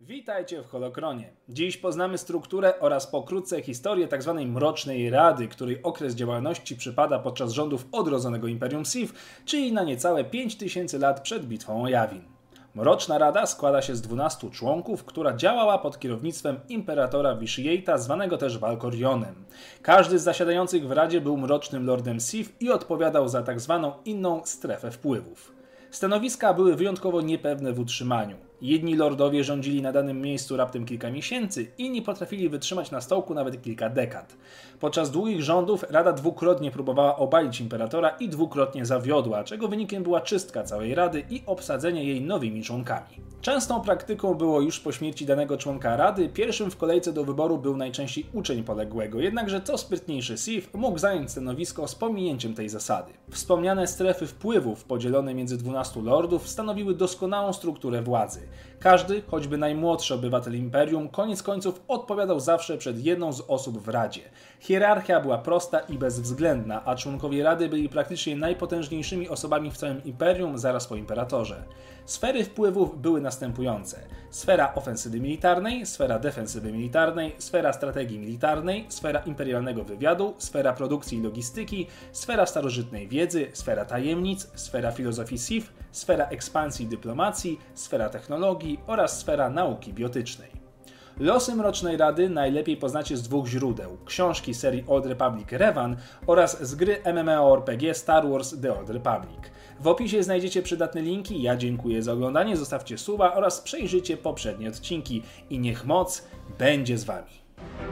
Witajcie w Holokronie. Dziś poznamy strukturę oraz pokrótce historię tzw. Mrocznej Rady, której okres działalności przypada podczas rządów odrodzonego Imperium Sith, czyli na niecałe 5000 lat przed bitwą o Yavin. Mroczna Rada składa się z 12 członków, która działała pod kierownictwem imperatora Vishi'Eita, zwanego też Valkorionem. Każdy z zasiadających w Radzie był Mrocznym Lordem Sith i odpowiadał za tzw. inną strefę wpływów. Stanowiska były wyjątkowo niepewne w utrzymaniu. Jedni lordowie rządzili na danym miejscu raptem kilka miesięcy, inni potrafili wytrzymać na stołku nawet kilka dekad. Podczas długich rządów Rada dwukrotnie próbowała obalić imperatora i dwukrotnie zawiodła, czego wynikiem była czystka całej Rady i obsadzenie jej nowymi członkami. Częstą praktyką było już po śmierci danego członka Rady, pierwszym w kolejce do wyboru był najczęściej uczeń poległego, jednakże co sprytniejszy Sith mógł zająć stanowisko z pominięciem tej zasady. Wspomniane strefy wpływów podzielone między 12 lordów stanowiły doskonałą strukturę władzy. Każdy, choćby najmłodszy obywatel Imperium, koniec końców odpowiadał zawsze przed jedną z osób w Radzie. Hierarchia była prosta i bezwzględna, a członkowie Rady byli praktycznie najpotężniejszymi osobami w całym Imperium zaraz po imperatorze. Sfery wpływów były następujące: sfera ofensywy militarnej, sfera defensywy militarnej, sfera strategii militarnej, sfera imperialnego wywiadu, sfera produkcji i logistyki, sfera starożytnej wiedzy, sfera tajemnic, sfera filozofii Sith, sfera ekspansji i dyplomacji, sfera technologii oraz sfera nauki biotycznej. Losy Mrocznej Rady najlepiej poznacie z dwóch źródeł: książki serii Old Republic Revan oraz z gry MMORPG Star Wars The Old Republic. W opisie znajdziecie przydatne linki, ja dziękuję za oglądanie, zostawcie suba oraz przejrzyjcie poprzednie odcinki i niech moc będzie z wami.